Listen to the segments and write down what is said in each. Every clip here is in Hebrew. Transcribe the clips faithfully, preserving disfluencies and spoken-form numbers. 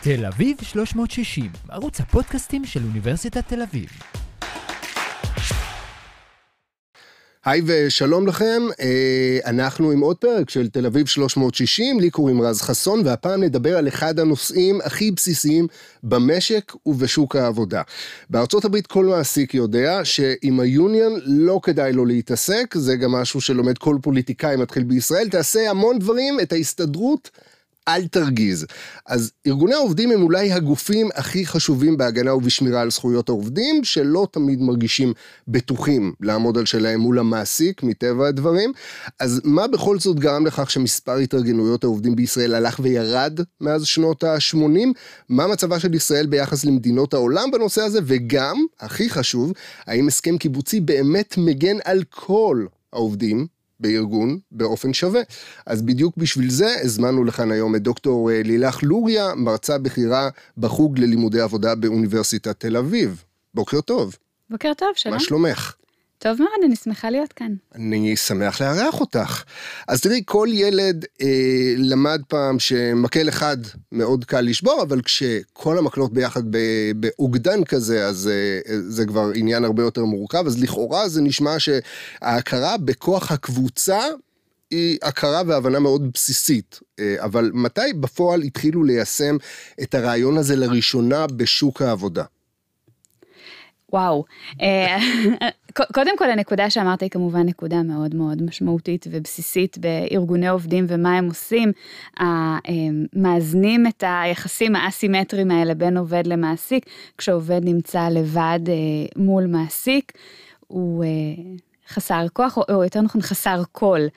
תל אביב שלוש מאות שישים, ערוץ הפודקאסטים של אוניברסיטת תל אביב. היי ושלום לכם, אנחנו עם עוד פרק של תל אביב שלוש מאות שישים, לי קוראים רז חסון, והפעם נדבר על אחד הנושאים הכי בסיסיים במשק ובשוק העבודה. בארצות הברית כל מעסיק יודע שעם היוניון לא כדאי לו להתעסק, זה גם משהו שלומד כל פוליטיקאי מתחיל בישראל, תעשה המון דברים, את ההסתדרות אל תרגיז. אז ארגוני העובדים הם אולי הגופים הכי חשובים בהגנה ובשמירה על זכויות העובדים, שלא תמיד מרגישים בטוחים לעמוד על שלהם מול המעסיק, מטבע הדברים. אז מה בכל זאת גרם לכך שמספר התארגנויות העובדים בישראל הלך וירד מאז שנות ה-שמונים? מה מצבה של ישראל ביחס למדינות העולם בנושא הזה? וגם, הכי חשוב, האם הסכם קיבוצי באמת מגן על כל העובדים בארגון באופן שווה? אז בדיוק בשביל זה הזמנו לכאן היום את דוקטור לילך לוריה, מרצה בכירה בחוג ללימודי עבודה באוניברסיטת תל אביב. בוקר טוב. בוקר טוב, שלום. מה שלומך? טוב מאוד, אני שמחה להיות כאן. אני שמח לארח אותך. אז תראי, כל ילד אה, למד פעם שמקל אחד מאוד קל לשבור, אבל כשכל המקלות ביחד באוגדן כזה, אז אה, זה כבר עניין הרבה יותר מורכב, אז לכאורה זה נשמע שההכרה בכוח הקבוצה, היא הכרה והבנה מאוד בסיסית, אבל מתי בפועל התחילו ליישם את הרעיון הזה לראשונה בשוק העבודה? וואו, קודם כל הנקודה שאמרת היא כמובן נקודה מאוד מאוד משמעותית ובסיסית בארגוני עובדים ומה הם עושים, מאזנים את היחסים האסימטריים האלה בין עובד למעסיק, כשעובד נמצא לבד מול מעסיק, הוא חסר כוח, או יותר נכון חסר קול,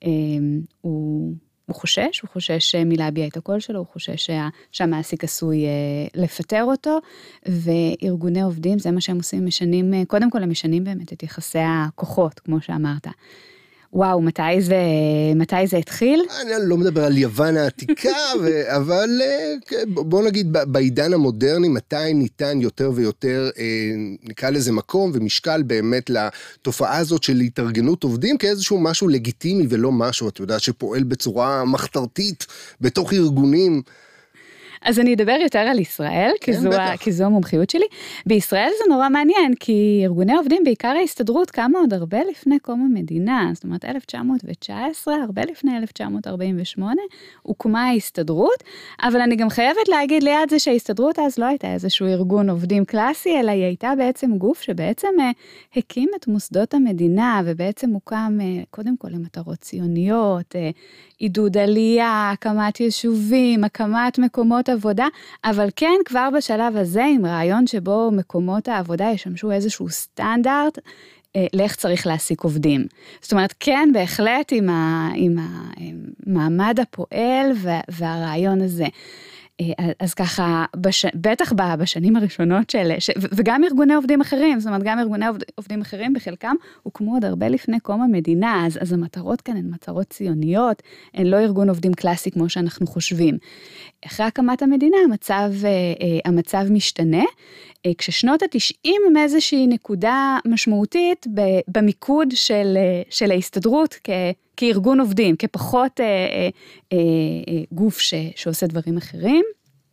הוא... הוא חושש, הוא חושש מלהביע את הקול שלו, הוא חושש שה, שהמעסיק עשוי לפטר אותו, וארגוני עובדים, זה מה שהם עושים, משנים, קודם כל הם משנים באמת את יחסי הכוחות, כמו שאמרת. וואו, מתי זה, מתי זה התחיל? אני לא מדבר על יוון העתיקה, אבל בוא נגיד, בעידן המודרני, מתי ניתן יותר ויותר, נקרא לזה מקום ומשקל באמת לתופעה הזאת של התארגנות עובדים, כאיזשהו משהו לגיטימי ולא משהו, את יודעת, שפועל בצורה מחתרתית בתוך ארגונים. אז אני אדבר יותר על ישראל, כי זו, כי זו המומחיות שלי. בישראל זה נורא מעניין, כי ארגוני עובדים, בעיקר ההסתדרות, קמה עוד הרבה לפני קום המדינה, זאת אומרת אלף תשע מאות תשע עשרה, הרבה לפני אלף תשע מאות ארבעים ושמונה, הוקמה ההסתדרות, אבל אני גם חייבת להגיד ליד זה שההסתדרות אז לא הייתה איזשהו ארגון עובדים קלאסי, אלא היא הייתה בעצם גוף שבעצם הקים את מוסדות המדינה, ובעצם הוקם קודם כל למטרות ציוניות, עידוד עלייה, הקמת יישובים, הקמת מקומות עבודה, אבל כן כבר בשלב הזה עם רעיון שבו מקומות העבודה ישמשו איזשהו סטנדרט אה, לאיך צריך להעסיק עובדים. זאת אומרת, כן בהחלט עם, ה, עם המעמד הפועל וה, והרעיון הזה. אז ככה, בש... בטח בשנים הראשונות של, ש... וגם ארגוני עובדים אחרים, זאת אומרת, גם ארגוני עובדים אחרים בחלקם, הוקמו עוד הרבה לפני קום המדינה, אז, אז המטרות כאן הן מטרות ציוניות, הן לא ארגון עובדים קלאסי כמו שאנחנו חושבים. אחרי הקמת המדינה, המצב, המצב משתנה, כששנות התשעים הם איזושהי נקודה משמעותית במיקוד של, של ההסתדרות כ... כארגון עובדים, כפחות אה, אה, אה, גוף ש, שעושה דברים אחרים,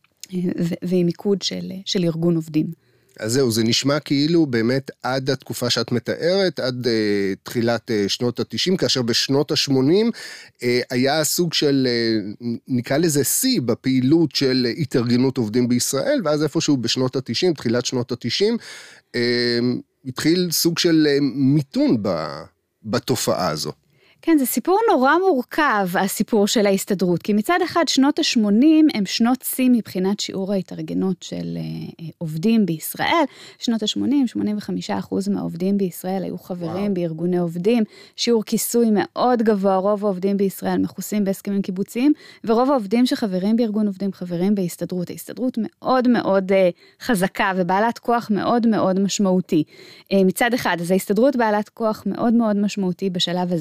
ו, ועם מיקוד של, של ארגון עובדים. אז זהו, זה נשמע כאילו באמת עד התקופה שאת מתארת, עד אה, תחילת אה, שנות ה-תשעים, כאשר בשנות ה-שמונים אה, היה סוג של, אה, נקרא לזה C, בפעילות של התארגנות עובדים בישראל, ואז איפשהו בשנות ה-תשעים, תחילת שנות ה-תשעים, אה, התחיל סוג של אה, מיתון ב, בתופעה הזו. כן, זה סיפור נורא מורכב, הסיפור של ההסתדרות, כי מצד אחד שנות ה-שמונים הם שנות שיא מבחינת שיעור ההתארגנות של אה, עובדים בישראל, שנות ה-שמונים, שמונים וחמישה אחוז מהעובדים בישראל היו חברים וואו. בארגוני עובדים, שיעור כיסוי מאוד גבוה, רוב העובדים בישראל מכוסים בהסכמים קיבוציים, ורוב העובדים שחברים בארגון עובדים חברים בהסתדרות, ההסתדרות מאוד מאוד אה, חזקה ובעלת כוח מאוד מאוד משמעותי. אה, מצד אחד, אז ההסתדרות בעלת כוח מאוד מאוד משמעותי בשלב הזה,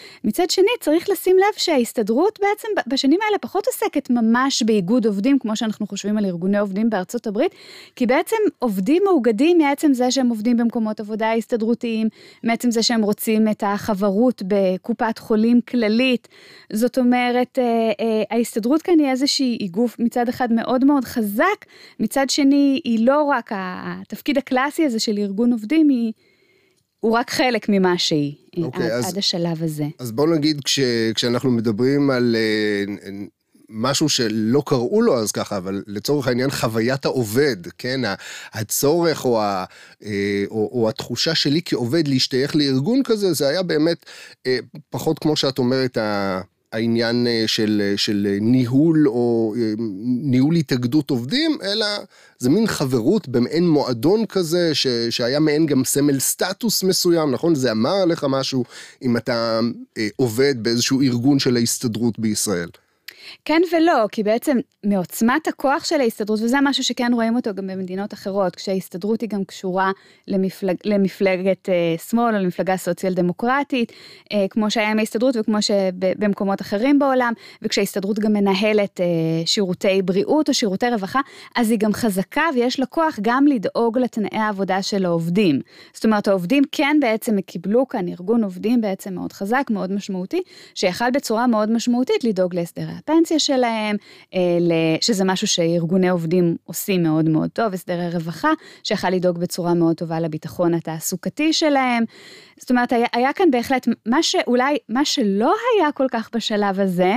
מצד שני, צריך לשים לב שההסתדרות בעצם בשנים האלה פחות עוסקת ממש באיגוד עובדים, כמו שאנחנו חושבים על ארגוני עובדים בארצות הברית, כי בעצם עובדים מאוגדים מעצם זה שהם עובדים במקומות עבודה הסתדרותיים, מעצם זה שהם רוצים את החברות בקופת חולים כללית. זאת אומרת, ההסתדרות כאן היא איזושהי גוף מצד אחד מאוד מאוד חזק, מצד שני היא לא רק התפקיד הקלאסי הזה של ארגון עובדים, היא, הוא רק חלק ממה שהיא, okay, עד, אז, עד השלב הזה. אז בואו נגיד, כש, כשאנחנו מדברים על uh, משהו שלא קראו לו אז ככה, אבל לצורך העניין חוויית העובד, כן, הצורך או, ה, uh, או, או התחושה שלי כעובד להשתייך לארגון כזה, זה היה באמת uh, פחות כמו שאת אומרת, ה... העניין של, של ניהול או ניהול התאגדות עובדים, אלא זה מין חברות במעין מועדון כזה, ש, שהיה מעין גם סמל סטטוס מסוים, נכון? זה אמר עליך משהו אם אתה עובד באיזשהו ארגון של ההסתדרות בישראל. כן ולא, כי בעצם מעוצמת הכוח של ההסתדרות, וזה משהו שכן רואים אותו גם במדינות אחרות, כשההסתדרות היא גם קשורה למפלג, למפלגת אה, שמאל או למפלגה סוציאל דמוקרטית, אה, כמו שהיה עם ההסתדרות וכמו שבמקומות אחרים בעולם, וכשההסתדרות גם מנהלת אה, שירותי בריאות או שירותי רווחה, אז היא גם חזקה ויש לה כוח גם לדאוג לתנאי העבודה של העובדים. זאת אומרת, העובדים כן בעצם קיבלו כאן ארגון עובדים בעצם מאוד חזק, מאוד משמעותי, שיכל בצורה מאוד משמעותית לדאוג להסדרי הפנסיה שלהם, שזה משהו שארגוני עובדים עושים מאוד מאוד טוב, הסדרי רווחה, שיכל לדאוג בצורה מאוד טובה לביטחון התעסוקתי שלהם. זאת אומרת, היה, היה כאן בהחלט, מה שאולי, מה שלא היה כל כך בשלב הזה,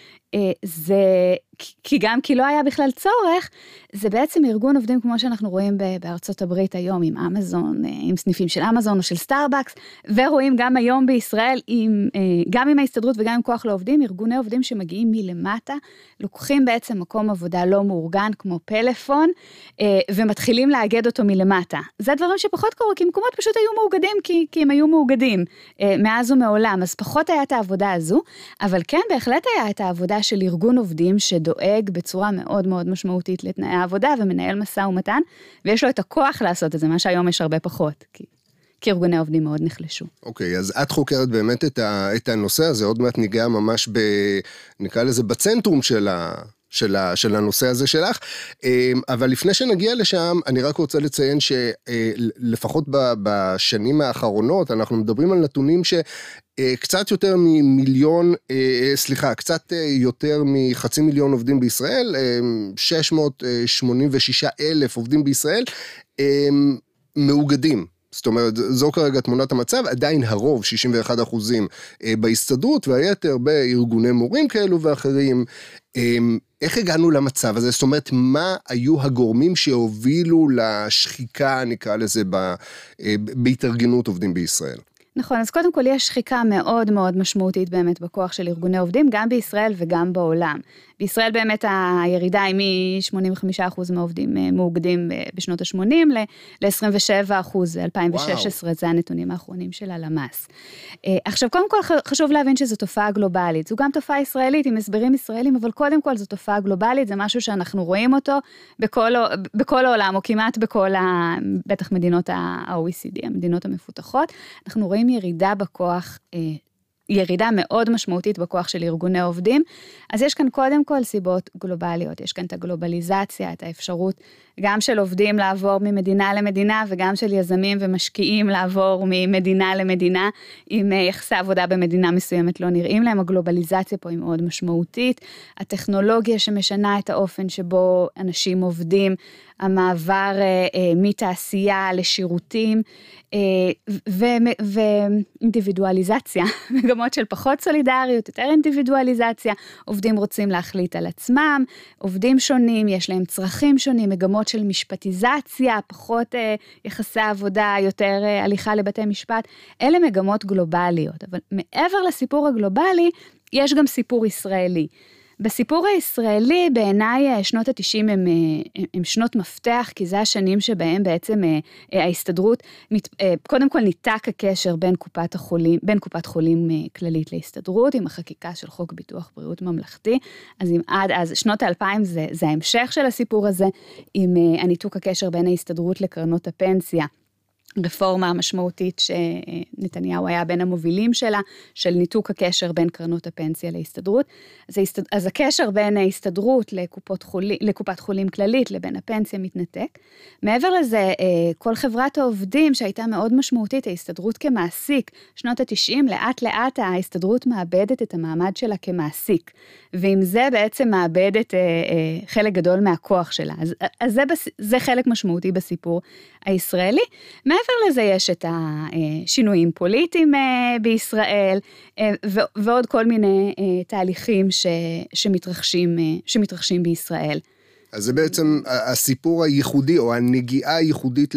זה, כי גם כי לא היה בכלל צורך, זה בעצם ארגון עובדים כמו שאנחנו רואים בארצות הברית היום, עם אמזון, עם סניפים של אמזון או של סטארבקס, ורואים גם היום בישראל, עם, גם עם ההסתדרות וגם עם כוח לעובדים, ארגוני עובדים שמגיעים מלמטה, לוקחים בעצם מקום עבודה לא מאורגן כמו פלאפון, ומתחילים לאגד אותו מלמטה. זה דברים שפחות קורו, כי מקומות פשוט היו מאוגדים, כי, כי הם היו מאוגדים מאז ומעולם, אז פחות היה את העבודה הזו, אבל כן בהחלט היה את העבודה של ארגון עובדים שדואג בצורה מאוד מאוד משמעותית לתנאי העבודה ומנהל משא ומתן, ויש לו את הכוח לעשות את זה, מה שהיום יש הרבה פחות, כי, כי ארגוני עובדים מאוד נחלשו. אוקיי, אז את חוקרת באמת את, ה, את הנושא הזה, עוד מעט ניגע ממש ב, נקרא לזה בצנטרום של ה... של, ה, של הנושא הזה שלך, אבל לפני שנגיע לשם, אני רק רוצה לציין שלפחות בשנים האחרונות, אנחנו מדברים על נתונים שקצת יותר ממיליון, סליחה, קצת יותר מחצי מיליון עובדים בישראל, שש מאות שמונים ושישה אלף עובדים בישראל, מאוגדים. זאת אומרת, זו כרגע תמונת המצב, עדיין הרוב, שישים ואחד אחוזים בהסתדרות, והיתר בארגוני מורים כאלו ואחרים. איך הגענו למצב הזה? זאת אומרת, מה היו הגורמים שהובילו לשחיקה, נקרא לזה, בהתארגנות עובדים בישראל? נכון, אז קודם כל יש שחיקה מאוד מאוד משמעותית באמת בכוח של ארגוני עובדים, גם בישראל וגם בעולם. בישראל באמת הירידה היא מ-שמונים וחמישה אחוז מהעובדים מאוגדים בשנות ה-שמונים ל-עשרים ושבעה אחוז ב-אלפיים ושש עשרה, זה הנתונים האחרונים של הלמ"ס. עכשיו, קודם כל חשוב להבין שזו תופעה גלובלית, זו גם תופעה ישראלית עם הסברים ישראלים, אבל קודם כל זו תופעה גלובלית, זה משהו שאנחנו רואים אותו בכל, בכל העולם, או כמעט בכל, ה, בטח מדינות ה-או אי סי די, המדינות המפותחות, אנחנו רואים ירידה בכוח, ירידה מאוד משמעותית בכוח של ארגוני עובדים, אז יש כאן קודם כל סיבות גלובליות, יש כאן את הגלובליזציה, את האפשרות גם של עובדים לעבור ממדינה למדינה, וגם של יזמים ומשקיעים לעבור ממדינה למדינה, אם יחסי עבודה במדינה מסוימת לא נראים להם, הגלובליזציה פה היא מאוד משמעותית, הטכנולוגיה שמשנה את האופן שבו אנשים עובדים, המעבר אה, מתעשייה לשירותים, אה, ואינדיבידואליזציה, מגמות של פחות סולידריות, יותר אינדיבידואליזציה, עובדים רוצים להחליט על עצמם, עובדים שונים, יש להם צרכים שונים, מגמות של משפטיזציה, פחות אה, יחסי עבודה, יותר אה, הליכה לבתי משפט, אלה מגמות גלובליות, אבל מעבר לסיפור הגלובלי, יש גם סיפור ישראלי. בסיפור הישראלי, בעיניי שנות ה-תשעים הם, הם שנות מפתח, כי זה השנים שבהם בעצם ההסתדרות, קודם כל ניתק הקשר בין קופת החולים, בין קופת חולים כללית להסתדרות, עם החקיקה של חוק ביטוח בריאות ממלכתי, אז אם עד אז, שנות ה-אלפיים זה, זה ההמשך של הסיפור הזה, עם הניתוק הקשר בין ההסתדרות לקרנות הפנסיה, רפורמה משמעותית שנתניהו היה בין המובילים שלה, של ניתוק הקשר בין קרנות הפנסיה להסתדרות. אז, ההסתד... אז הקשר בין ההסתדרות לקופות חולים, לקופת חולים כללית לבין הפנסיה מתנתק. מעבר לזה, כל חברת העובדים שהייתה מאוד משמעותית, ההסתדרות כמעסיק, שנות ה-תשעים, לאט לאט ההסתדרות מאבדת את המעמד שלה כמעסיק, ועם זה בעצם מאבדת חלק גדול מהכוח שלה. אז, אז זה, זה חלק משמעותי בסיפור הישראלי. מעבר לזה יש את השינויים פוליטיים בישראל, ועוד כל מיני תהליכים שמתרחשים, שמתרחשים בישראל. אז זה בעצם הסיפור הייחודי, או הנגיעה הייחודית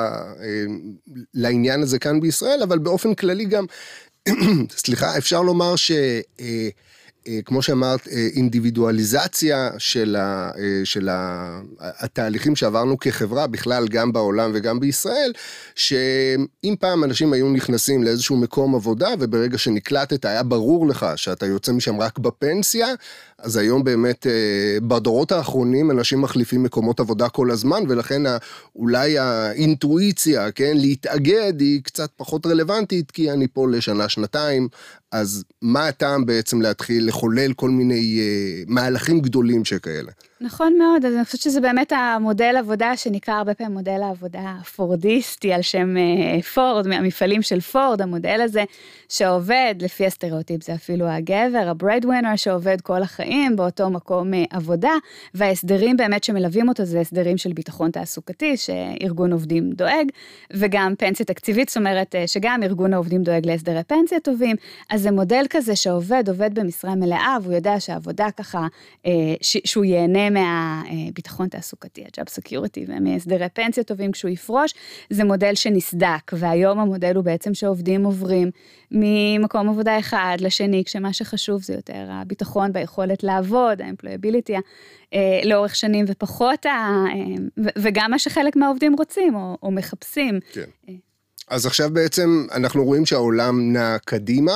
לעניין הזה כאן בישראל, אבל באופן כללי גם, סליחה, אפשר לומר ש... כמו שאמרת, אינדיבידואליזציה של, ה, של ה, התהליכים שעברנו כחברה, בכלל גם בעולם וגם בישראל, שאם פעם אנשים היו נכנסים לאיזשהו מקום עבודה, וברגע שנקלטת היה ברור לך שאתה יוצא משם רק בפנסיה, אז היום באמת בדורות האחרונים אנשים מחליפים מקומות עבודה כל הזמן, ולכן אולי האינטואיציה, כן, להתאגד היא קצת פחות רלוונטית, כי אני פה לשנה, שנתיים, אז מה הטעם בעצם להתחיל לחולל כל מיני uh, מהלכים גדולים שכאלה? נכון מאוד, אז אני חושבת שזה באמת המודל עבודה שנקרא הרבה פעמים מודל העבודה הפורדיסטי על שם uh, פורד, מהמפעלים של פורד, המודל הזה שעובד לפי הסטריאוטיפ, זה אפילו הגבר, הברייד ווינר שעובד כל החיים באותו מקום uh, עבודה, וההסדרים באמת שמלווים אותו זה הסדרים של ביטחון תעסוקתי, שארגון עובדים דואג, וגם פנסיה תקציבית, זאת אומרת uh, שגם ארגון העובדים דואג להסדרי פנסיה טובים, אז זה מודל כזה שעובד, עובד במשרה מלאה, והוא יודע שהעבודה ככה, אה, ש, שהוא ייהנה מהביטחון תעסוקתי, ה-job security, ומהסדרי פנסיה טובים כשהוא יפרוש, זה מודל שנסדק, והיום המודל הוא בעצם שעובדים עוברים ממקום עבודה אחד לשני, כשמה שחשוב זה יותר הביטחון ביכולת לעבוד, ה-employability, אה, לאורך שנים ופחות, ה, אה, וגם מה שחלק מהעובדים רוצים או, או מחפשים. כן. אה. אז עכשיו בעצם אנחנו רואים שהעולם נע קדימה,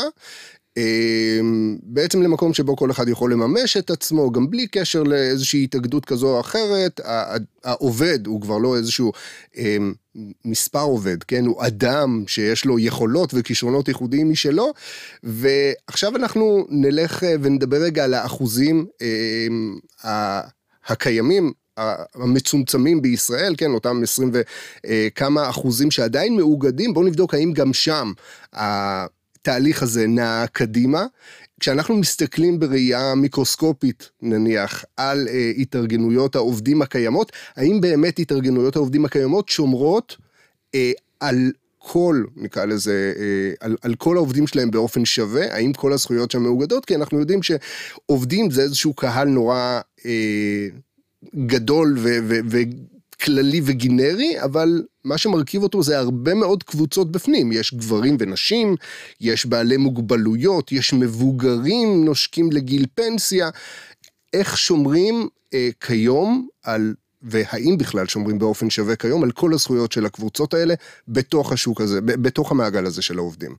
בעצם למקום שבו כל אחד יכול לממש את עצמו, גם בלי קשר לאיזושהי התאגדות כזו או אחרת, העובד הוא כבר לא איזשהו מספר עובד, כן? הוא אדם שיש לו יכולות וכישרונות ייחודיים משלו, ועכשיו אנחנו נלך ונדבר רגע על האחוזים הקיימים, המצומצמים בישראל, כן, אותם עשרים וכמה אחוזים שעדיין מאוגדים, בואו נבדוק האם גם שם התהליך הזה נע קדימה. כשאנחנו מסתכלים בראייה מיקרוסקופית, נניח, על אה, התארגנויות העובדים הקיימות, האם באמת התארגנויות העובדים הקיימות שומרות אה, על כל, נקרא לזה, אה, על, על כל העובדים שלהם באופן שווה, האם כל הזכויות שם מאוגדות? כי אנחנו יודעים שעובדים זה איזשהו קהל נורא אה, גדול ו... ו, ו כללי וגינרי, אבל מה שמרכיב אותו זה הרבה מאוד קבוצות בפנים, יש גברים ונשים, יש בעלי מוגבלויות, יש מבוגרים נושקים לגיל פנסיה, איך שומרים אה, כיום על, והאם בכלל שומרים באופן שווה כיום, על כל הזכויות של הקבוצות האלה, בתוך השוק הזה, בתוך המעגל הזה של העובדים?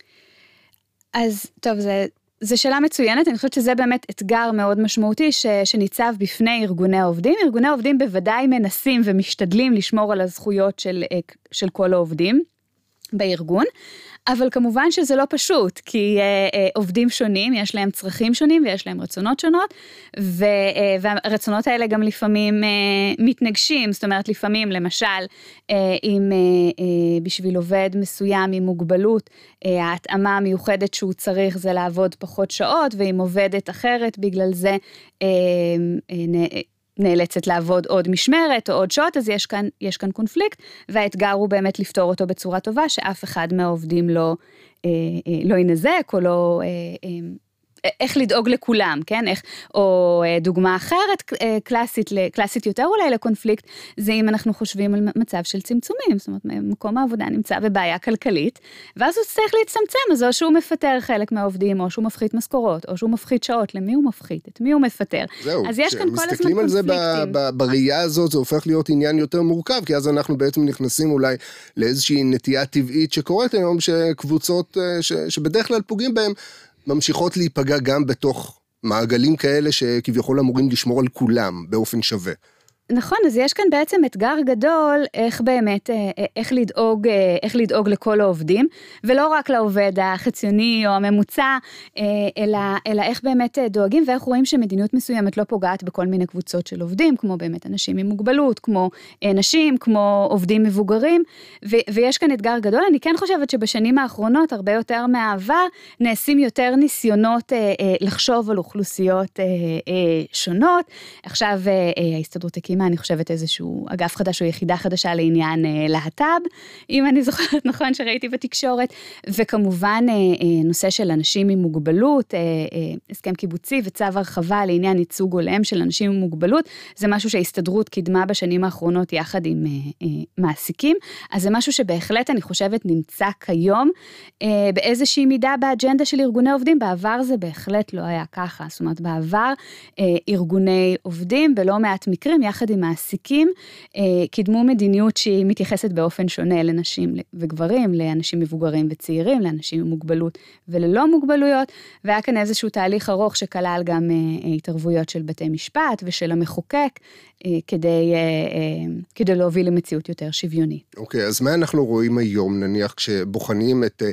אז טוב, זה... זו שאלה מצוינת, אני חושבת שזה באמת אתגר מאוד משמעותי ש, שניצב בפני ארגוני העובדים. ארגוני העובדים בוודאי מנסים ומשתדלים לשמור על הזכויות של, של כל העובדים בארגון, אבל כמובן שזה לא פשוט, כי אה, אה, עובדים שונים, יש להם צרכים שונים ויש להם רצונות שונות, ו, אה, והרצונות האלה גם לפעמים אה, מתנגשים, זאת אומרת לפעמים למשל, אה, אם אה, אה, בשביל עובד מסוים עם מוגבלות, אה, ההתאמה המיוחדת שהוא צריך זה לעבוד פחות שעות, ואם עובדת אחרת בגלל זה אה, אה, נאלצת לעבוד עוד משמרת או עוד שעות, אז יש כאן, יש כאן קונפליקט, והאתגר הוא באמת לפתור אותו בצורה טובה, שאף אחד מהעובדים לא, אה, אה, לא ינזק, או לא, אה, אה, איך לדאוג לכולם, כן? איך, או דוגמה אחרת, קלאסית, קלאסית יותר אולי לקונפליקט, זה אם אנחנו חושבים על מצב של צמצומים, זאת אומרת, מקום העבודה נמצא בבעיה כלכלית, ואז הוא צריך להצטמצם, אז או שהוא מפטר חלק מהעובדים, או שהוא מפחית משכורות, או שהוא מפחית שעות, למי הוא מפחית, את מי הוא מפטר. זהו, אז יש כאן כל הזמן מסתכלים על זה בראייה הזאת, זה הופך להיות עניין יותר מורכב, כי אז אנחנו בעצם נכנסים אולי לאיזושהי נטייה טבעית שקורית היום, שקבוצות שבדרך כלל פוגעים בהם, ממשיכות להיפגע גם בתוך מעגלים כאלה שכביכול אמורים לשמור על כולם באופן שווה. נכון, אז יש כאן בעצם אתגר גדול, איך באמת, איך לדאוג, איך לדאוג לכל העובדים, ולא רק לעובד החציוני או הממוצע, אלא, אלא איך באמת דואגים, ואיך רואים שמדיניות מסוימת לא פוגעת בכל מיני קבוצות של עובדים, כמו באמת אנשים עם מוגבלות, כמו נשים, כמו עובדים מבוגרים, ו, ויש כאן אתגר גדול. אני כן חושבת שבשנים האחרונות, הרבה יותר מהעבר, נעשים יותר ניסיונות לחשוב על אוכלוסיות שונות. עכשיו ההסתדרות הקימה, אני חושבת איזשהו אגף חדש או יחידה חדשה לעניין להט"ב, אם אני זוכרת נכון שראיתי בתקשורת, וכמובן נושא של אנשים עם מוגבלות, הסכם קיבוצי וצו הרחבה לעניין ייצוג הולם של אנשים עם מוגבלות, זה משהו שההסתדרות קידמה בשנים האחרונות יחד עם מעסיקים, אז זה משהו שבהחלט אני חושבת נמצא כיום, באיזושהי מידה באג'נדה של ארגוני עובדים, בעבר זה בהחלט לא היה ככה, זאת אומרת בעבר ארגוני עובדים בלא מעט מקרים, יחד עם מעסיקים, קידמו מדיניות שהיא מתייחסת באופן שונה לנשים וגברים, לאנשים מבוגרים וצעירים, לאנשים עם מוגבלות וללא מוגבלויות, והיה כאן איזשהו תהליך ארוך שכלל גם התערבויות של בתי משפט ושל המחוקק, כדי, כדי להוביל למציאות יותר שוויונית. אוקיי, אז מה אנחנו רואים היום, נניח, כשבוחנים את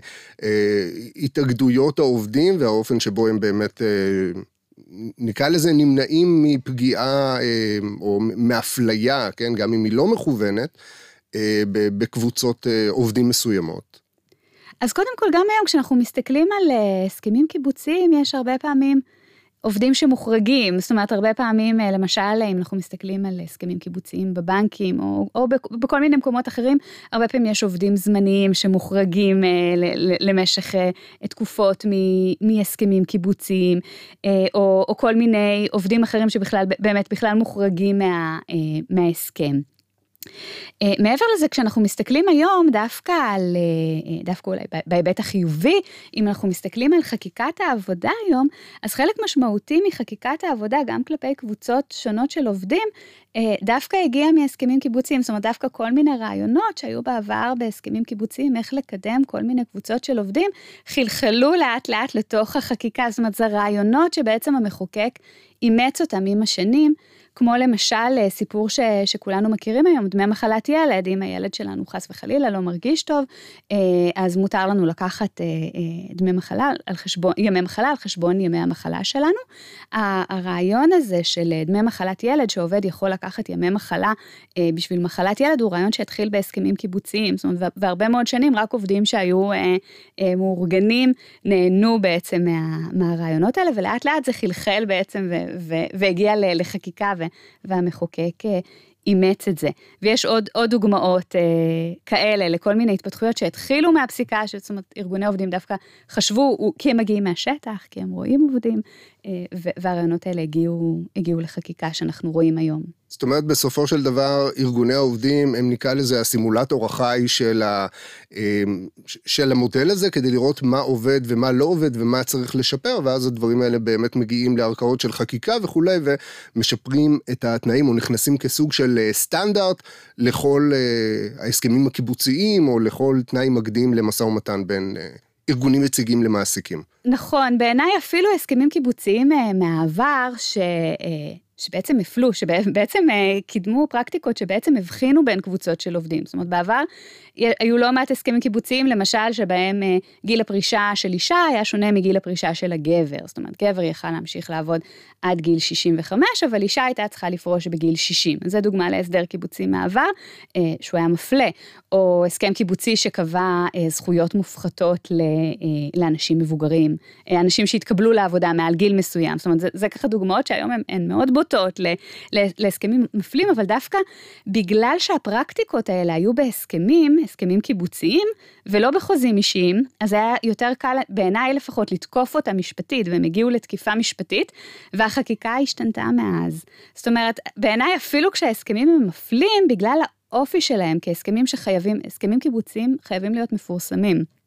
התאגדויות העובדים, והאופן שבו הם באמת נקרא לזה נמנעים מפגיעה או מאפליה, כן, גם אם היא לא מכוונת, בקבוצות עובדים מסוימות. אז קודם כל, גם היום כשאנחנו מסתכלים על הסכמים קיבוציים, יש הרבה פעמים עובדים שמוחרגים, זאת אומרת, הרבה פעמים, למשל, אם אנחנו מסתכלים על הסכמים קיבוציים בבנקים, או, או בכל מיני מקומות אחרים, הרבה פעמים יש עובדים זמניים שמוחרגים למשך תקופות מהסכמים קיבוציים, או, או כל מיני עובדים אחרים שבכלל, באמת, בכלל מוחרגים מה, מההסכם. מעבר לזה, כשאנחנו מסתכלים היום דווקא על, דווקא אולי בהיבט החיובי, אם אנחנו מסתכלים על חקיקת העבודה היום, אז חלק משמעותי מחקיקת העבודה, גם כלפי קבוצות שונות של עובדים, דווקא הגיע מהסכמים קיבוציים, זאת אומרת דווקא כל מיני רעיונות שהיו בעבר בהסכמים קיבוציים, איך לקדם כל מיני קבוצות של עובדים, חלחלו לאט לאט לתוך החקיקה, זאת אומרת זה רעיונות שבעצם המחוקק אימץ אותם עם השנים, כמו למשל סיפור ש, שכולנו מכירים היום, דמי מחלת ילד, אם הילד שלנו חס וחלילה לא מרגיש טוב, אז מותר לנו לקחת דמי מחלה על חשבון, ימי מחלה על חשבון ימי המחלה שלנו. הרעיון הזה של דמי מחלת ילד, שעובד יכול לקחת ימי מחלה בשביל מחלת ילד, הוא רעיון שהתחיל בהסכמים קיבוציים, זאת אומרת, והרבה מאוד שנים רק עובדים שהיו מאורגנים, נהנו בעצם מה, מהרעיונות האלה, ולאט לאט זה חלחל בעצם ו, ו, והגיע לחקיקה ו, והמחוקק אימץ את זה. ויש עוד, עוד דוגמאות אה, כאלה לכל מיני התפתחויות שהתחילו מהפסיקה, זאת אומרת, ארגוני עובדים דווקא חשבו, כי הם מגיעים מהשטח, כי הם רואים עובדים, אה, והרעיונות האלה הגיעו, הגיעו לחקיקה שאנחנו רואים היום. זאת אומרת, בסופו של דבר, ארגוני העובדים, הם נקרא לזה הסימולטור החי של, ה, של המודל הזה, כדי לראות מה עובד ומה לא עובד ומה צריך לשפר, ואז הדברים האלה באמת מגיעים לערכאות של חקיקה וכולי, ומשפרים את התנאים, או נכנסים כסוג של סטנדרט, לכל ההסכמים הקיבוציים, או לכל תנאי מקדים למשא ומתן בין ארגונים מציגים למעסיקים. נכון, בעיניי אפילו הסכמים קיבוציים מהעבר, ש... שבעצם הפלו, שבעצם קידמו פרקטיקות שבעצם הבחינו בין קבוצות של עובדים. זאת אומרת, בעבר היו לא מעט הסכמים קיבוציים, למשל שבהם גיל הפרישה של אישה היה שונה מגיל הפרישה של הגבר. זאת אומרת, גבר יכל להמשיך לעבוד עד גיל שישים וחמש, אבל אישה הייתה צריכה לפרוש בגיל שישים. זו דוגמה להסדר קיבוצי מעבר, שהוא היה מפלה. או הסכם קיבוצי שקבע זכויות מופחתות לאנשים מבוגרים, אנשים שהתקבלו לעבודה מעל גיל מסוים. זאת אומרת, זה, זה ככה דוגמאות שהיום הן, הן מאוד בוטות להסכמים מפלים, אבל דווקא בגלל שהפרקטיקות האלה היו בהסכמים, הסכמים קיבוציים, ולא בחוזים אישיים, אז היה יותר קל, בעיניי לפחות, לתקוף אותה משפטית, והם הגיעו לתקיפה משפטית, והחקיקה השתנתה מאז. זאת אומרת, בעיניי אפילו כשההסכמים הם מפלים, בגלל האופי שלהם, כהסכמים שחייבים, הסכמים קיבוציים חייבים להיות מפורסמים.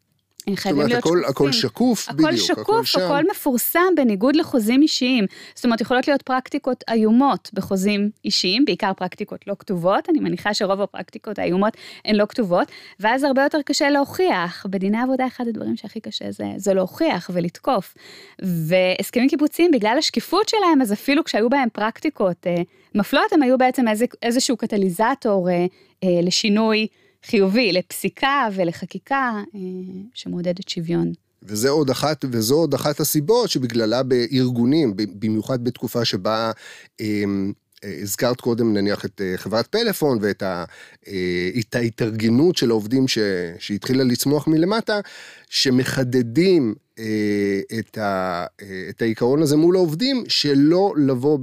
חייבים להיות שקופים. הכל שקוף, הכל בדיוק. שקוף, הכל מפורסם בניגוד לחוזים אישיים. זאת אומרת, יכולות להיות פרקטיקות איומות בחוזים אישיים, בעיקר פרקטיקות לא כתובות, אני מניחה שרוב הפרקטיקות האיומות הן לא כתובות, ואז הרבה יותר קשה להוכיח. בדיני עבודה אחד הדברים שהכי קשה זה, זה להוכיח ולתקוף. והסכמים קיבוציים, בגלל השקיפות שלהם, אז אפילו כשהיו בהם פרקטיקות אה, מפלות, הם היו בעצם איזה, איזשהו קטליזטור אה, אה, לשינוי חיובי, לפסיקה ולחקיקה אה, שמעודדת שוויון. וזה עוד אחת, וזו עוד אחת הסיבות שבגללה בארגונים, במיוחד בתקופה שבה אה, הזכרת קודם נניח את חברת פלאפון ואת ה, אה, את ההתארגנות של העובדים ש, שהתחילה לצמוח מלמטה, שמחדדים אה, את, ה, אה, את העיקרון הזה מול העובדים, שלא לבוא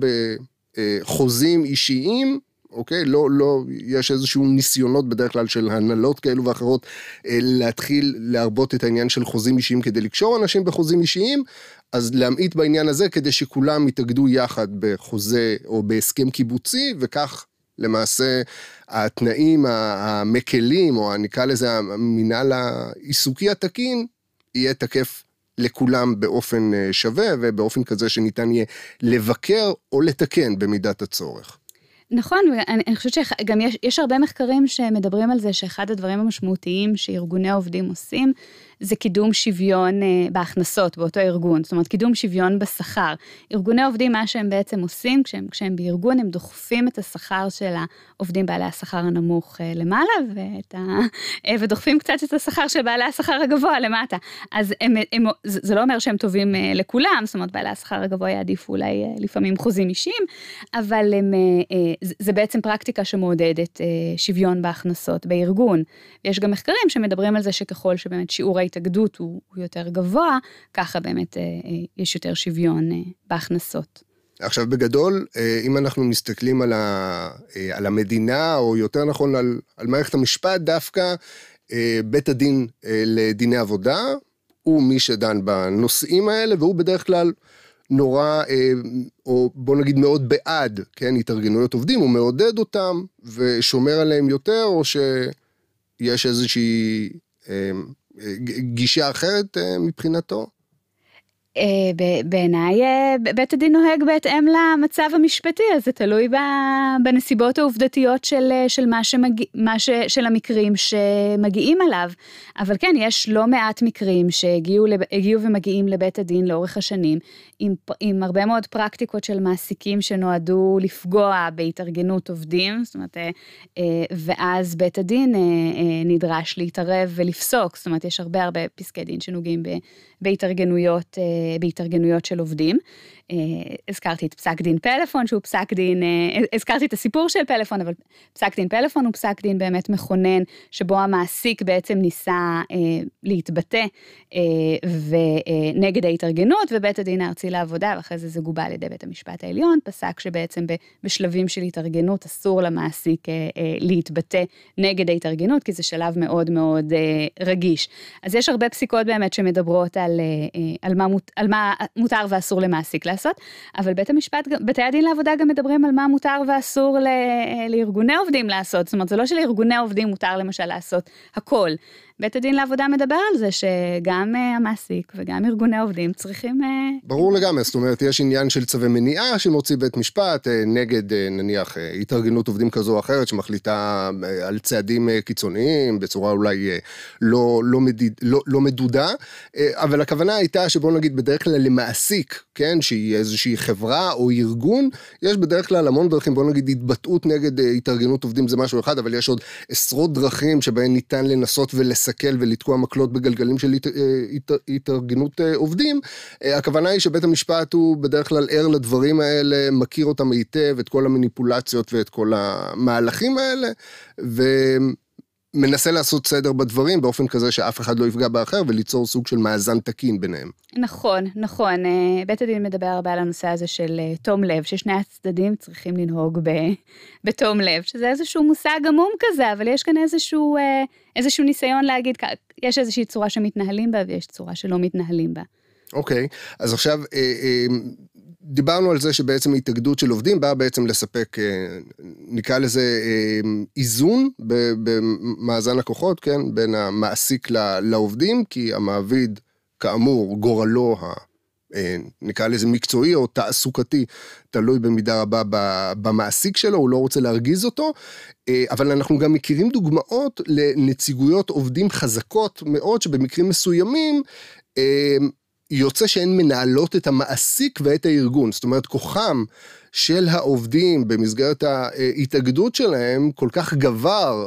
בחוזים אישיים, אוקיי? לא, לא, יש איזשהו ניסיונות בדרך כלל של הנהלות כאלו ואחרות, להתחיל להרבות את העניין של חוזים אישיים כדי לקשור אנשים בחוזים אישיים, אז להמעיט בעניין הזה כדי שכולם יתאגדו יחד בחוזה או בהסכם קיבוצי, וכך למעשה התנאים המקלים, או נקרא לזה המנהל העיסוקי התקין, יהיה תקף לכולם באופן שווה, ובאופן כזה שניתן יהיה לבקר או לתקן במידת הצורך. נכון, ואני אני חושבת שגם יש, יש הרבה מחקרים שמדברים על זה, שאחד הדברים המשמעותיים שארגוני העובדים עושים, זה קידום שוויון בהכנסות באותו ארגון, זאת אומרת, קידום שוויון בשכר. ארגוני עובדים, מה שהם בעצם עושים, כשהם, כשהם בארגון, הם דוחפים את השכר של העובדים בעלי השכר הנמוך למעלה, ואת ה... ודוחפים קצת את השכר של בעלי השכר הגבוה למטה. אז הם, הם, זה לא אומר שהם טובים לכולם, זאת אומרת, בעלי השכר הגבוה יעדיפו אולי לפעמים חוזים אישיים, אבל הם, זה בעצם פרקטיקה שמעודדת שוויון בהכנסות בארגון. ויש גם מחקרים שמדברים על זה שככל שבאמת שיעור ההתאגדות הוא, הוא יותר גבוה, ככה באמת אה, אה, יש יותר שוויון אה, בהכנסות. עכשיו בגדול, אה, אם אנחנו מסתכלים על, ה, אה, על המדינה, או יותר נכון על, על מערכת המשפט, דווקא אה, בית הדין אה, לדיני עבודה, הוא מי שדן בנושאים האלה, והוא בדרך כלל נורא, אה, או בוא נגיד מאוד בעד, כן, התארגנויות עובדים, הוא מעודד אותם, ושומר עליהם יותר, או שיש איזושהי... אה, גישה אחרת מבחינתו? בעיניי בית הדין נוהג בהתאם למצב המשפטי, אז זה תלוי בנסיבות העובדתיות של, של, מה שמגיע, מה ש, של המקרים שמגיעים עליו. אבל כן, יש לא מעט מקרים שהגיעו הגיעו ומגיעים לבית הדין לאורך השנים, עם, עם הרבה מאוד פרקטיקות של מעסיקים שנועדו לפגוע בהתארגנות עובדים, זאת אומרת, ואז בית הדין נדרש להתערב ולפסוק, זאת אומרת, יש הרבה הרבה פסקי דין שנוגעים בהתארגנויות, בהתארגנויות של עובדים. הזכרתי את פסק דין פלאפון, שהוא פסק דין, הזכרתי את הסיפור של פלאפון, אבל פסק דין פלאפון הוא פסק דין באמת מכונן, שבו המעסיק בעצם ניסה להתבטא ונגד ההתארגנות, ובית הדין הארצי לעבודה, ואחרי זה זה גובה על ידי בית המשפט העליון, פסק שבעצם בשלבים של התארגנות אסור למעסיק להתבטא נגד ההתארגנות, כי זה שלב מאוד מאוד רגיש. אז יש הרבה פסיקות באמת שמדברות על, על, מה, על מה מותר ואסור למעסיק לעשות, אבל בית המשפט, בתי הדין לעבודה גם מדברים על מה מותר ואסור ל, לארגוני עובדים לעשות, זאת אומרת, זה לא שלארגוני עובדים מותר למשל לעשות הכל. בית הדין לעבודה מדבר על זה שגם המעסיק וגם ארגוני עובדים צריכים... ברור לגמרי, זאת אומרת, יש עניין של צווי מניעה שמוציא בית משפט נגד, נניח, התארגנות עובדים כזו או אחרת, שמחליטה על צעדים קיצוניים, בצורה אולי לא, לא, מדיד, לא, לא מדודה, אבל הכוונה הייתה שבוא נגיד בדרך כלל למעסיק, כן, שהיא איזושהי חברה או ארגון, יש בדרך כלל המון דרכים, בוא נגיד התבטאות נגד התארגנות עובדים זה משהו אחד, אבל יש עוד עשרות דרכים שבהן ניתן לנסות ולסקל ולתקוע מקלות בגלגלים של התארגנות עובדים. הכוונה היא שבית המשפט הוא בדרך כלל ער לדברים האלה, מכיר אותם היטב, את כל המניפולציות ואת כל המהלכים האלה, ומנסה לעשות סדר בדברים באופן כזה שאף אחד לא יפגע באחר, וליצור סוג של מאזן תקין ביניהם. נכון, נכון. בית הדין מדבר הרבה על הנושא הזה של תום לב, ששני הצדדים צריכים לנהוג בתום לב, שזה איזשהו מושג עמום כזה, אבל יש כאן איזשהו, איזשהו ניסיון להגיד, יש איזושהי צורה שמתנהלים בה, ויש צורה שלא מתנהלים בה. אוקיי, אז עכשיו, דיברנו על זה שבעצם התאגדות של עובדים באה בעצם לספק, נקרא לזה איזון במאזן הכוחות, כן, בין המעסיק לעובדים, כי המעביד, כאמור, גורלו, נקרא לזה מקצועי או תעסוקתי, תלוי במידה רבה במעסיק שלו, הוא לא רוצה להרגיז אותו, אבל אנחנו גם מכירים דוגמאות לנציגויות עובדים חזקות מאוד, שבמקרים מסוימים, יוצא שהן מנהלות את המעסיק ואת הארגון, זאת אומרת, כוחם של העובדים במסגרת ההתאגדות שלהם כל כך גבר,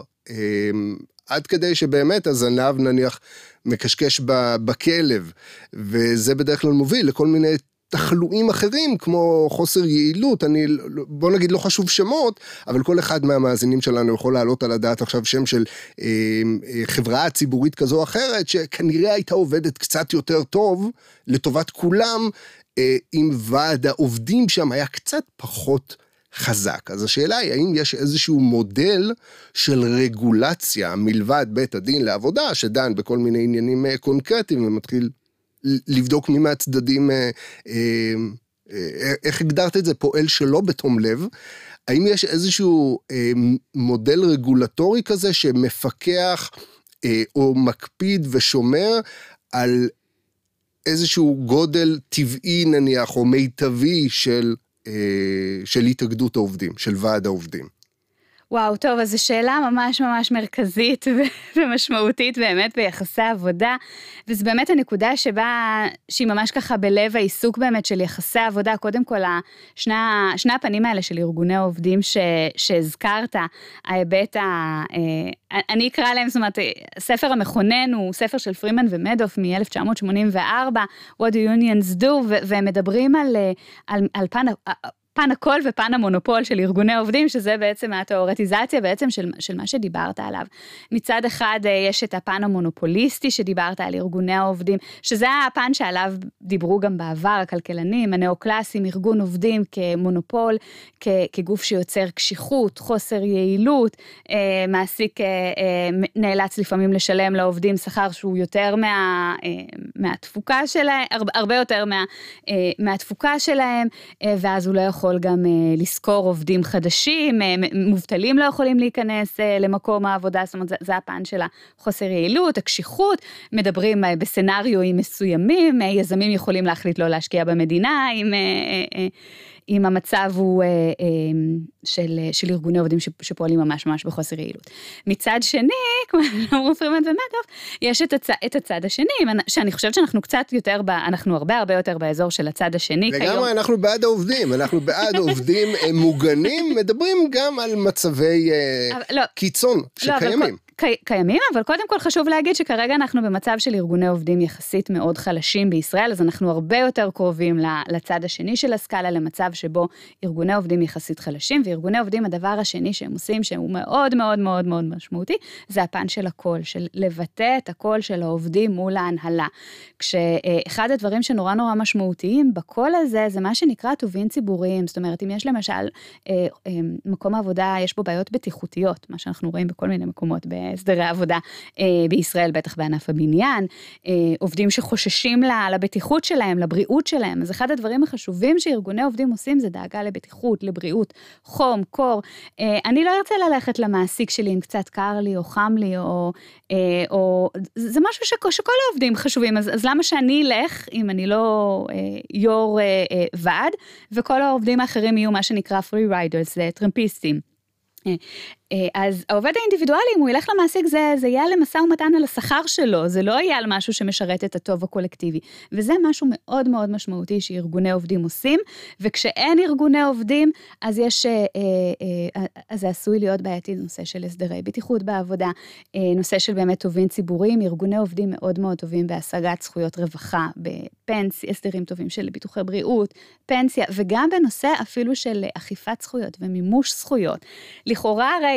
עד כדי שבאמת הזנב נניח מקשקש בכלב, וזה בדרך כלל מוביל לכל מיני תחלואים אחרים, כמו חוסר יעילות, אני, בוא נגיד לא חשוב שמות, אבל כל אחד מהמאזינים שלנו יכול לעלות על הדעת עכשיו שם של אה, אה, חברה ציבורית כזו או אחרת, שכנראה הייתה עובדת קצת יותר טוב, לטובת כולם, אה, אם ועד העובדים שם היה קצת פחות חזק. אז השאלה היא, האם יש איזשהו מודל של רגולציה, מלבד בית הדין לעבודה, שדן בכל מיני עניינים קונקרטיים, ומתחיל לבדוק מי מהצדדים, אה, אה, אה, איך הגדרת את זה, פועל שלא בתום לב, האם יש איזשהו אה, מודל רגולטורי כזה, שמפקח אה, או מקפיד ושומר על איזשהו גודל טבעי נניח, או מיטבי של, אה, של התאגדות העובדים, של ועד העובדים? וואו, טוב, אז זו שאלה ממש ממש מרכזית ומשמעותית באמת ביחסי עבודה, וזו באמת הנקודה שבה, שהיא ממש ככה בלב העיסוק באמת של יחסי עבודה, קודם כל, שני, שני הפנים האלה של ארגוני העובדים ש, שהזכרת, ההיבט, ה, אני אקרא להם, זאת אומרת, ספר המכונן הוא ספר של פרימן ומדוף מ-אלף תשע מאות שמונים וארבע, What do unions do, והם מדברים על, על, על פן, פן הכל ופן המונופול של ארגוני העובדים, שזה בעצם התיאורטיזציה בעצם של, של מה שדיברת עליו. מצד אחד יש את הפן המונופוליסטי שדיברת על ארגוני העובדים, שזה הפן שעליו דיברו גם בעבר הכלכלנים, הנאו-קלאסים, ארגון עובדים כמונופול, כ, כגוף שיוצר קשיחות, חוסר יעילות, אה, מעסיק אה, אה, נאלץ לפעמים לשלם לעובדים שכר שהוא יותר מה, אה, מהתפוקה שלהם, הרבה, הרבה יותר מה, אה, מהתפוקה שלהם, אה, ואז הוא לא יכול יכול גם uh, לזכור עובדים חדשים, uh, מובטלים לא יכולים להיכנס uh, למקום העבודה, זאת אומרת, זה, זה הפן של החוסר יעילות, הקשיחות, מדברים uh, בסנריואים מסוימים, uh, יזמים יכולים להחליט לא להשקיע במדינה, אם... Uh, uh, uh, אם המצב הוא אה, אה, של, של ארגוני עובדים שפועלים ממש ממש בחוסר יעילות. מצד שני, כמו שאמרו פרימן ומדוף, יש את, הצ, את הצד השני, שאני חושבת שאנחנו קצת יותר, ב, אנחנו הרבה הרבה יותר באזור של הצד השני. וגם כיום... אנחנו בעד העובדים, אנחנו בעד עובדים מוגנים, מדברים גם על מצבי אה, לא, קיצון שקיימים. לא, קיימים, אבל קודם כל חשוב להגיד שכרגע אנחנו במצב של ארגוני עובדים יחסית מאוד חלשים בישראל, אז אנחנו הרבה יותר קרובים לצד השני של הסקאלה, למצב שבו ארגוני עובדים יחסית חלשים, וארגוני עובדים הדבר השני שהם עושים, שהוא מאוד מאוד מאוד מאוד משמעותי, זה הפן של הקול, של לבטא את הקול של העובדים מול ההנהלה. כשאחד הדברים שנורא נורא משמעותיים בקול הזה, זה מה שנקרא טובין ציבוריים, זאת אומרת, אם יש למשל מקום העבודה, יש בו בעיות בטיחותיות, מה שאנחנו רואים בכל מיני מקומות בהסדרי עבודה בישראל, בטח בענף הבניין, עובדים שחוששים לבטיחות שלהם, לבריאות שלהם, אז אחד הדברים החשובים שארגוני עובדים עושים, זה דאגה לבטיחות, לבריאות, חום, קור, אני לא ארצה ללכת למעסיק שלי אם קצת קר לי או חם לי, או, או זה משהו שכל העובדים חשובים, אז, אז למה שאני אלך, אם אני לא יור ועד, וכל העובדים האחרים יהיו מה שנקרא free riders, טרמפיסטים. אז העובד האינדיבידואלי, אם הוא ילך למעסיק, זה, זה יהיה למשא ומתן על השכר שלו, זה לא יהיה על משהו שמשרת את הטוב הקולקטיבי, וזה משהו מאוד מאוד משמעותי שארגוני עובדים עושים, וכשאין ארגוני עובדים, אז יש, אז זה עשוי להיות בעייתי, נושא של הסדרי בטיחות בעבודה, נושא של באמת טובין ציבוריים, ארגוני עובדים מאוד מאוד טובים בהשגת זכויות רווחה, בפנסיה, הסדרים טובים של ביטוחי בריאות, פנסיה, וגם בנושא אפילו של אכיפת זכויות ומימוש זכויות. לכאורה הרי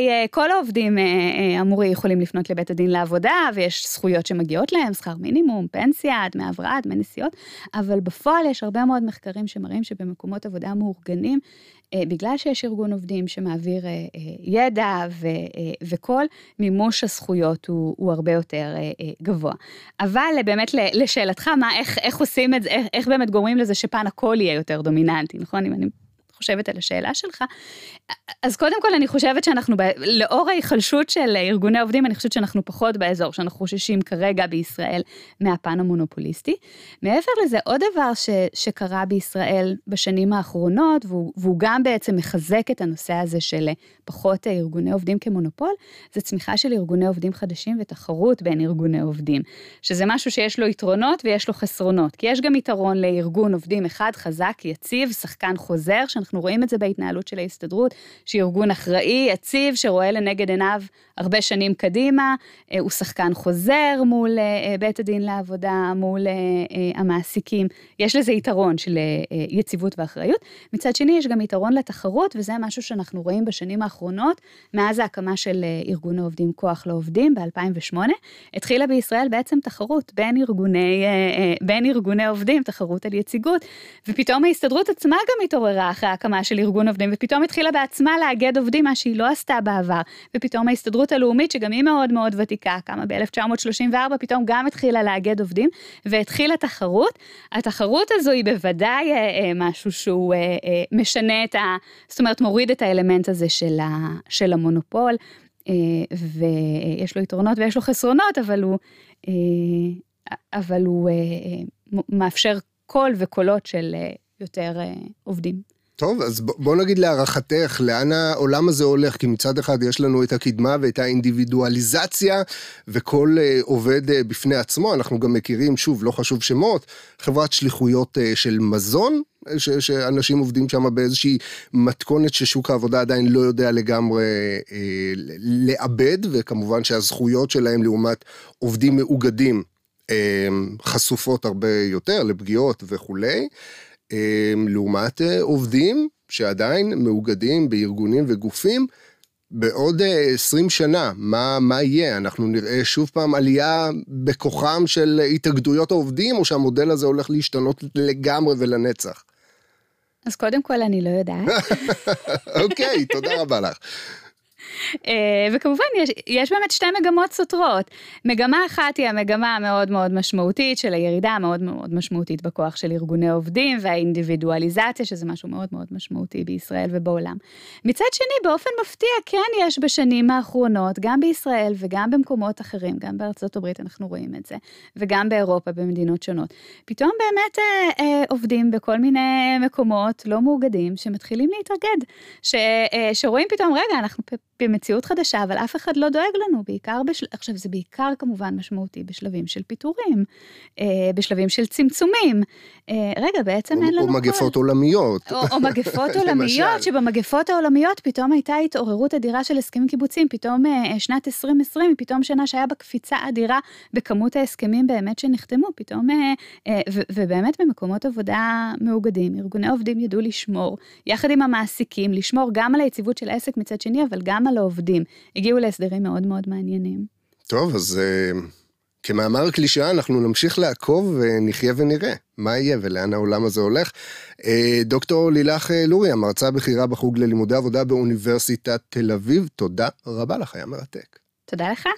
הרי כל העובדים אמורים יכולים לפנות לבית הדין לעבודה, ויש זכויות שמגיעות להם, שכר מינימום, פנסיה, דמי הבראה, דמי נסיעות, אבל בפועל יש הרבה מאוד מחקרים שמראים שבמקומות עבודה מאורגנים, בגלל שיש ארגון עובדים שמעביר ידע וכל, מימוש הזכויות הוא, הוא הרבה יותר גבוה. אבל באמת לשאלתך, מה, איך, איך עושים את זה, איך, איך באמת גורמים לזה שפן הכל יהיה יותר דומיננטי, נכון? אם אני חושבת על השאלה שלך. אז קודם כל אני חושבת שאנחנו, לאור ההיחלשות של ארגוני עובדים, אני חושבת שאנחנו פחות באזור, שאנחנו חוששים כרגע בישראל מהפן המונופוליסטי. מעבר לזה, עוד דבר ש, שקרה בישראל בשנים האחרונות, והוא, והוא גם בעצם מחזק את הנושא הזה של פחות ארגוני עובדים כמונופול, זה צמיחה של ארגוני עובדים חדשים ותחרות בין ארגוני עובדים, שזה משהו שיש לו יתרונות ויש לו חסרונות, כי יש גם יתרון לארגון עובדים אחד חזק, יציב, שחקן חוזר, שאנחנו רואים את זה בהתנהלות של ההסתדרות, שארגון אחראי, יציב, שרואה לנגד עיניו הרבה שנים קדימה, הוא שחקן חוזר מול בית הדין לעבודה, מול המעסיקים, יש לזה יתרון של יציבות ואחריות, מצד שני יש גם יתרון לתחרות, וזה משהו שאנחנו רואים בשנים האחרונות, מאז ההקמה של ארגון העובדים כוח לעובדים ב-אלפיים ושמונה, התחילה בישראל בעצם תחרות בין ארגוני, בין ארגוני עובדים, תחרות על יציגות, ופתאום ההסתדרות עצמה גם התעוררה אחרי ההקמה של ארגון עובדים, ופתאום התחילה בעצמה לאגד עובדים, מה שהיא לא עשתה בעבר, ופתאום ההסתדרות הלאומית, שגם היא מאוד מאוד ותיקה, כמה ב-אלף תשע מאות שלושים וארבע, פתאום גם התחילה לאגד עובדים, והתחילה תחרות. התחרות הזו היא בוודאי משהו שהוא משנה את ה... זאת אומרת, מוריד את האלמנט הזה של, ה, של המונופול, ויש לו יתרונות ויש לו חסרונות, אבל הוא, אבל הוא מאפשר קול וקולות של יותר עובדים. טוב, אז בוא נגיד להערכתך, לאן העולם הזה הולך, כי מצד אחד יש לנו את הקדמה ואת האינדיבידואליזציה, וכל עובד בפני עצמו, אנחנו גם מכירים, שוב, לא חשוב שמות, חברת שליחויות של מזון, ש- שאנשים עובדים שם באיזושהי מתכונת ששוק העבודה עדיין לא יודע לגמרי אה, לאבד, וכמובן שהזכויות שלהם לעומת עובדים מאוגדים אה, חשופות הרבה יותר לפגיעות וכולי, לעומת עובדים שעדיין מאוגדים בארגונים וגופים, בעוד עשרים שנה, מה, מה יהיה? אנחנו נראה שוב פעם עלייה בכוחם של התאגדויות העובדים, או שהמודל הזה הולך להשתנות לגמרי ולנצח? אז קודם כל אני לא יודעת. אוקיי, תודה רבה לך. וכמובן יש, יש באמת שתי מגמות סותרות. מגמה אחת היא המגמה המאוד מאוד משמעותית של הירידה המאוד מאוד משמעותית בכוח של ארגוני עובדים והאינדיבידואליזציה, שזה משהו מאוד מאוד משמעותי בישראל ובעולם. מצד שני, באופן מפתיע, כן יש בשנים האחרונות, גם בישראל וגם במקומות אחרים, גם בארצות הברית אנחנו רואים את זה, וגם באירופה במדינות שונות. פתאום באמת אה, אה, עובדים בכל מיני מקומות לא מאוגדים שמתחילים להתאגד, ש, אה, שרואים פתאום, רגע, אנחנו במציאות חדשה, אבל אף אחד לא דואג לנו, בעיקר, בשל... עכשיו זה בעיקר כמובן משמעותי בשלבים של פיטורים, אה, בשלבים של צמצומים, אה, רגע, בעצם או, אין לנו או מגפות כל... עולמיות. או, או מגפות עולמיות, שבמגפות העולמיות פתאום הייתה התעוררות אדירה של הסכמים קיבוציים, פתאום אה, שנת עשרים עשרים, פתאום שנה שהיה בקפיצה אדירה בכמות ההסכמים באמת שנחתמו, פתאום, אה, אה, ו, ובאמת במקומות עבודה מאוגדים, ארגוני עובדים ידעו לשמור, יחד עם המעסיקים, לשמור גם על היציבות של העסק מצד שני, אבל גם על העובדים. הגיעו להסדרים מאוד מאוד מעניינים. טוב, אז uh, כמאמר קלישאה, אנחנו נמשיך לעקוב ונחיה ונראה מה יהיה ולאן העולם הזה הולך. Uh, דוקטור לילך לורי, המרצה בכירה בחוג ללימודי עבודה באוניברסיטת תל אביב, תודה רבה לך, היה מרתק. תודה לך.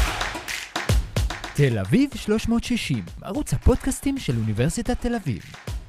תל אביב שלוש מאות שישים, ערוץ הפודקאסטים של אוניברסיטת תל אביב.